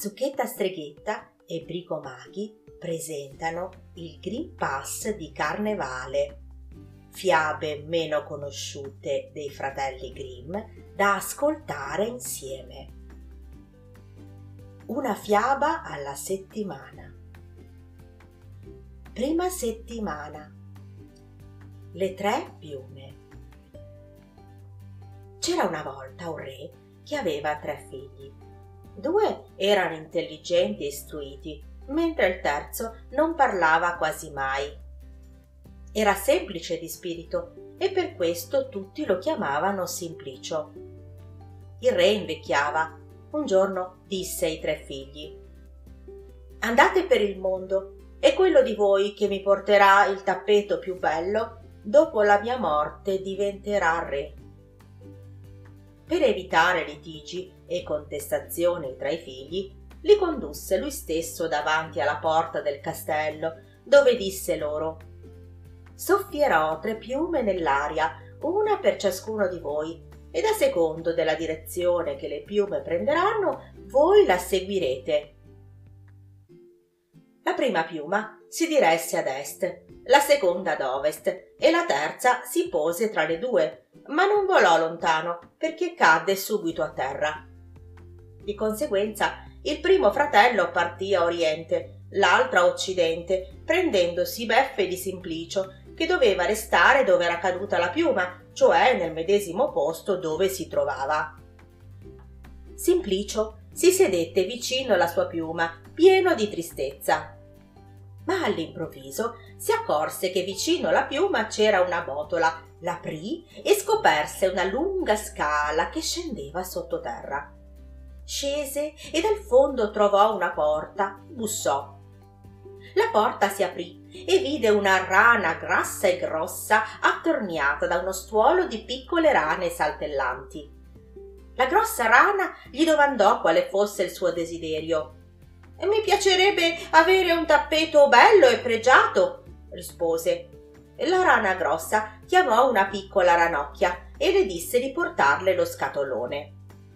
Zucchetta Streghetta e Bricomaghi presentano il Green Pass di Carnevale, fiabe meno conosciute dei fratelli Grimm da ascoltare insieme. Una fiaba alla settimana. Prima settimana. Le tre piume. C'era una volta un re che aveva 3 figli. 2 erano intelligenti e istruiti, mentre il terzo non parlava quasi mai. Era semplice di spirito e per questo tutti lo chiamavano Simplicio. Il re invecchiava. Un giorno disse ai 3 figli: «Andate per il mondo e quello di voi che mi porterà il tappeto più bello, dopo la mia morte diventerà re». Per evitare litigi e contestazioni tra i figli, li condusse lui stesso davanti alla porta del castello, dove disse loro: «Soffierò 3 piume nell'aria, una per ciascuno di voi, ed a secondo della direzione che le piume prenderanno, voi la seguirete». La prima piuma si diresse ad est, la seconda ad ovest e la terza si pose tra le 2, ma non volò lontano perché cadde subito a terra. Di conseguenza il primo fratello partì a oriente, l'altro a occidente, prendendosi beffe di Simplicio, che doveva restare dove era caduta la piuma, cioè nel medesimo posto dove si trovava. Simplicio si sedette vicino alla sua piuma, pieno di tristezza. Ma all'improvviso si accorse che vicino alla piuma c'era una botola, l'aprì e scoperse una lunga scala che scendeva sottoterra. Scese e dal fondo trovò una porta, bussò. La porta si aprì e vide una rana grassa e grossa attorniata da uno stuolo di piccole rane saltellanti. La grossa rana gli domandò quale fosse il suo desiderio. «Mi piacerebbe avere un tappeto bello e pregiato», rispose. La rana grossa chiamò una piccola ranocchia e le disse di portarle lo scatolone.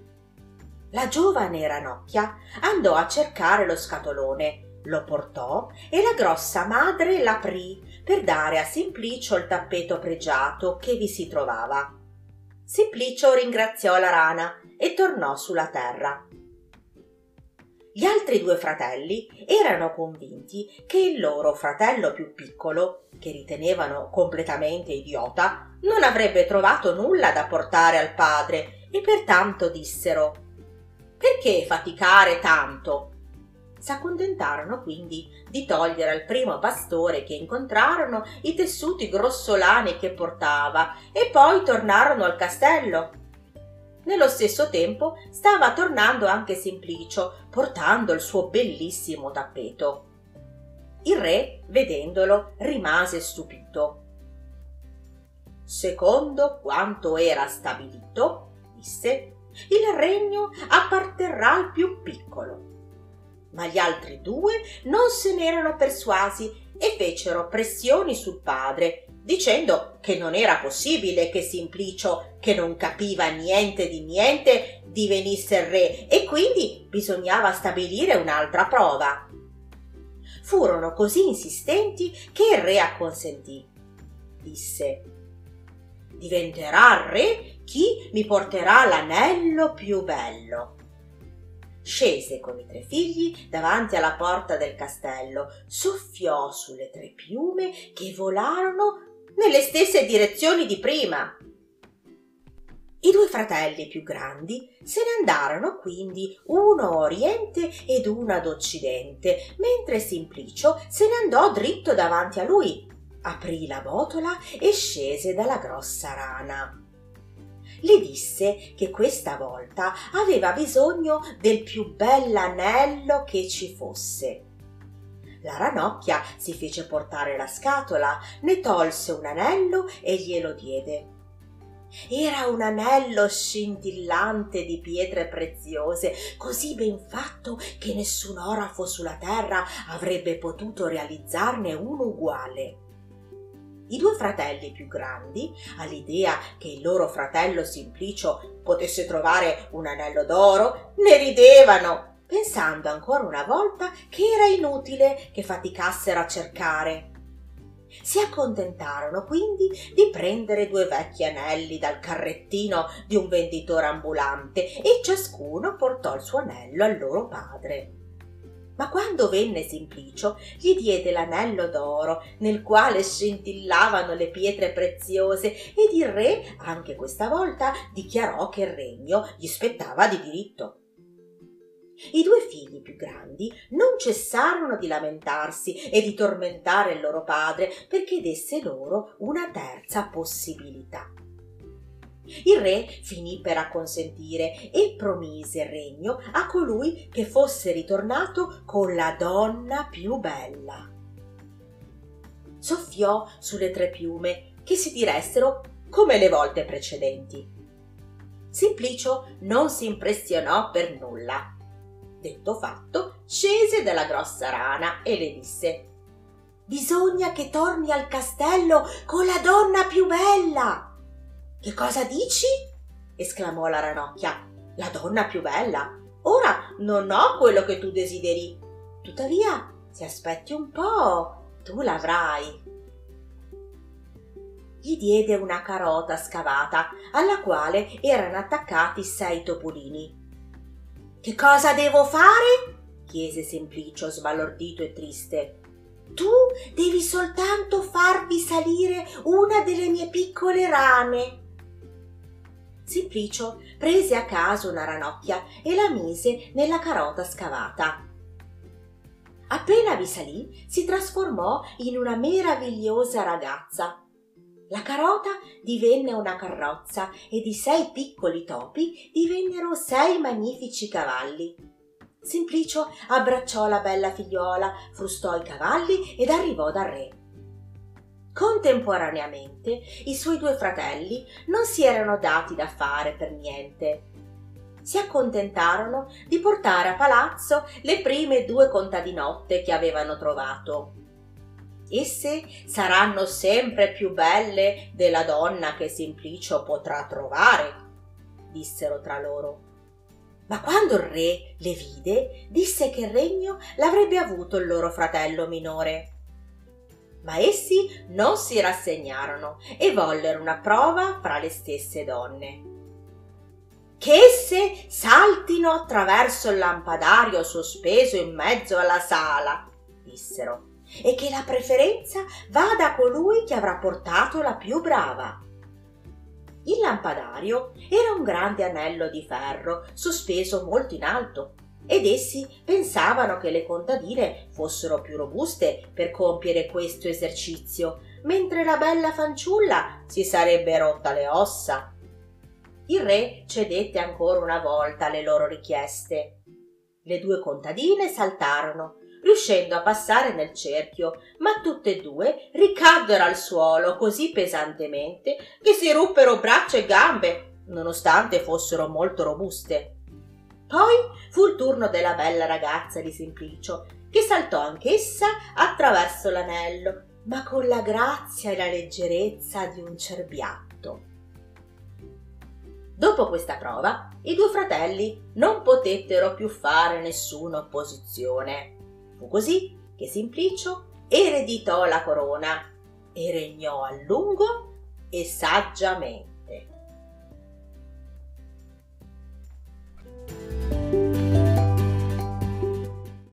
La giovane ranocchia andò a cercare lo scatolone, lo portò e la grossa madre l'aprì per dare a Simplicio il tappeto pregiato che vi si trovava. Simplicio ringraziò la rana e tornò sulla terra. Gli altri 2 fratelli erano convinti che il loro fratello più piccolo, che ritenevano completamente idiota, non avrebbe trovato nulla da portare al padre e pertanto dissero: «Perché faticare tanto?» S'accontentarono quindi di togliere al primo pastore che incontrarono i tessuti grossolani che portava e poi tornarono al castello. Nello stesso tempo stava tornando anche Simplicio, portando il suo bellissimo tappeto. Il re, vedendolo, rimase stupito. «Secondo quanto era stabilito», disse, «il regno apparterrà al più piccolo». Ma gli altri 2 non se n'erano persuasi e fecero pressioni sul padre, dicendo che non era possibile che Simplicio, che non capiva niente, divenisse il re e quindi bisognava stabilire un'altra prova. Furono così insistenti che il re acconsentì. Disse: «Diventerà re chi mi porterà l'anello più bello». Scese con i 3 figli davanti alla porta del castello, soffiò sulle 3 piume che volarono nelle stesse direzioni di prima. I 2 fratelli più grandi se ne andarono quindi uno a oriente ed uno ad occidente, mentre Simplicio se ne andò dritto davanti a lui, aprì la botola e scese dalla grossa rana. Le disse che questa volta aveva bisogno del più bell'anello che ci fosse. La ranocchia si fece portare la scatola, ne tolse un anello e glielo diede. Era un anello scintillante di pietre preziose, così ben fatto che nessun orafo sulla terra avrebbe potuto realizzarne uno uguale. I 2 fratelli più grandi, all'idea che il loro fratello Simplicio potesse trovare un anello d'oro, ne ridevano pensando ancora una volta che era inutile che faticassero a cercare. Si accontentarono quindi di prendere 2 vecchi anelli dal carrettino di un venditore ambulante e ciascuno portò il suo anello al loro padre. Ma quando venne Simplicio, gli diede l'anello d'oro nel quale scintillavano le pietre preziose ed il re, anche questa volta, dichiarò che il regno gli spettava di diritto. I 2 figli più grandi non cessarono di lamentarsi e di tormentare il loro padre perché desse loro una terza possibilità. Il re finì per acconsentire e promise il regno a colui che fosse ritornato con la donna più bella. Soffiò sulle 3 piume che si diressero come le volte precedenti. Simplicio non si impressionò per nulla. Detto fatto, scese dalla grossa rana e le disse: «Bisogna che torni al castello con la donna più bella». «Che cosa dici?» esclamò la ranocchia. «La donna più bella? Ora non ho quello che tu desideri. Tuttavia, se aspetti un po', tu l'avrai». Gli diede una carota scavata alla quale erano attaccati 6 topolini. «Che cosa devo fare?» chiese Simplicio, sbalordito e triste. «Tu devi soltanto farvi salire una delle mie piccole rane». Simplicio prese a caso una ranocchia e la mise nella carota scavata. Appena vi salì, si trasformò in una meravigliosa ragazza. La carota divenne una carrozza ed i 6 piccoli topi divennero 6 magnifici cavalli. Simplicio abbracciò la bella figliuola, frustò i cavalli ed arrivò dal re. Contemporaneamente i suoi 2 fratelli non si erano dati da fare per niente. Si accontentarono di portare a palazzo le prime 2 contadinotte che avevano trovato. «Esse saranno sempre più belle della donna che Simplicio potrà trovare», dissero tra loro. Ma quando il re le vide, disse che il regno l'avrebbe avuto il loro fratello minore. Ma essi non si rassegnarono e vollero una prova fra le stesse donne. «Che esse saltino attraverso il lampadario sospeso in mezzo alla sala», dissero, «e che la preferenza vada a colui che avrà portato la più brava». Il lampadario era un grande anello di ferro sospeso molto in alto ed essi pensavano che le contadine fossero più robuste per compiere questo esercizio, mentre la bella fanciulla si sarebbe rotta le ossa. Il re cedette ancora una volta alle loro richieste. Le 2 contadine saltarono, riuscendo a passare nel cerchio, ma tutte e 2 ricaddero al suolo così pesantemente che si ruppero braccia e gambe, nonostante fossero molto robuste. Poi fu il turno della bella ragazza di Simplicio, che saltò anch'essa attraverso l'anello, ma con la grazia e la leggerezza di un cerbiatto. Dopo questa prova, i 2 fratelli non potettero più fare nessuna opposizione. Fu così che Simplicio ereditò la corona e regnò a lungo e saggiamente.